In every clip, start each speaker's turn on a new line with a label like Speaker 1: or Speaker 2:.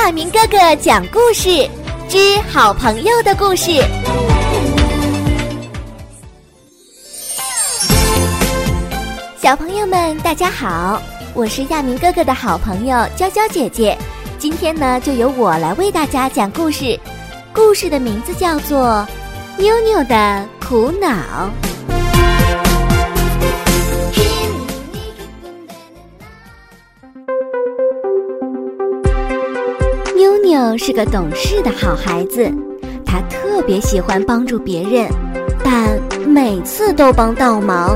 Speaker 1: 亚明哥哥讲故事之好朋友的故事。小朋友们大家好，我是亚明哥哥的好朋友娇娇姐姐。今天呢，就由我来为大家讲故事，故事的名字叫做妞妞的苦恼。妞妞是个懂事的好孩子，她特别喜欢帮助别人，但每次都帮倒忙。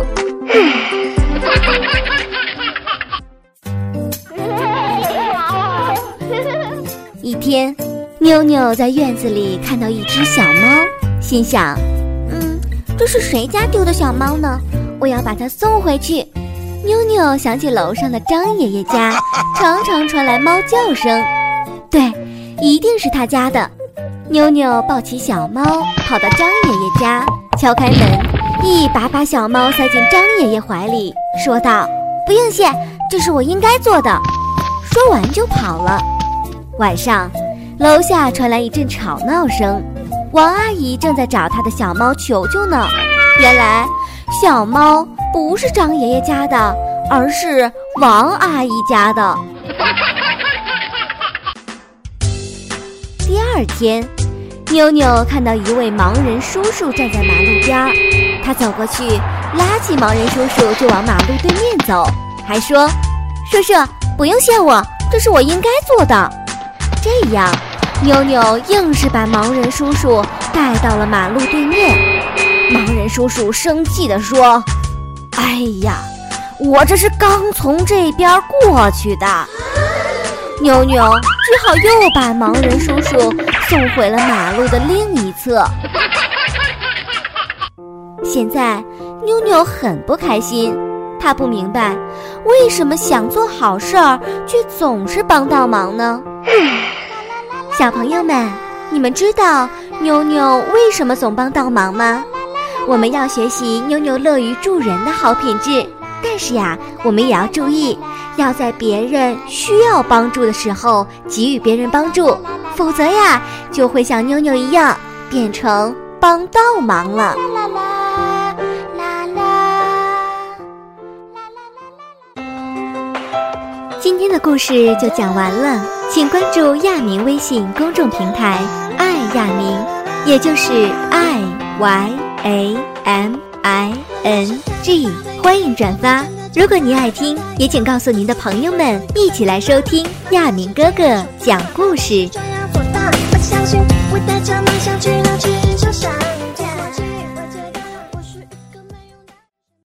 Speaker 1: 一天，妞妞在院子里看到一只小猫，心想，这是谁家丢的小猫呢？我要把它送回去。妞妞想起楼上的张爷爷家常常传来猫叫声，对，一定是他家的。妞妞抱起小猫，跑到张爷爷家，敲开门，一把把小猫塞进张爷爷怀里，说道：“不用谢，这是我应该做的。”说完就跑了。晚上，楼下传来一阵吵闹声，王阿姨正在找她的小猫求救呢。原来，小猫不是张爷爷家的，而是王阿姨家的。第二天，妞妞看到一位盲人叔叔站在马路边，她走过去，拉起盲人叔叔就往马路对面走，还说：“叔叔，不用谢我，这是我应该做的。”这样，妞妞硬是把盲人叔叔带到了马路对面。盲人叔叔生气地说：“哎呀，我这是刚从这边过去的。”妞妞只好又把盲人叔叔送回了马路的另一侧。现在，妞妞很不开心，她不明白为什么想做好事儿却总是帮倒忙呢？小朋友们，你们知道妞妞为什么总帮倒忙吗？我们要学习妞妞乐于助人的好品质，但是呀，我们也要注意，要在别人需要帮助的时候给予别人帮助，否则呀，就会像妞妞一样变成帮倒忙了。今天的故事就讲完了，请关注亚明微信公众平台爱亚明，也就是爱 YAMING， 欢迎转发。如果您爱听，也请告诉您的朋友们一起来收听亚明哥哥讲故事。这样做到，我相信我带着梦想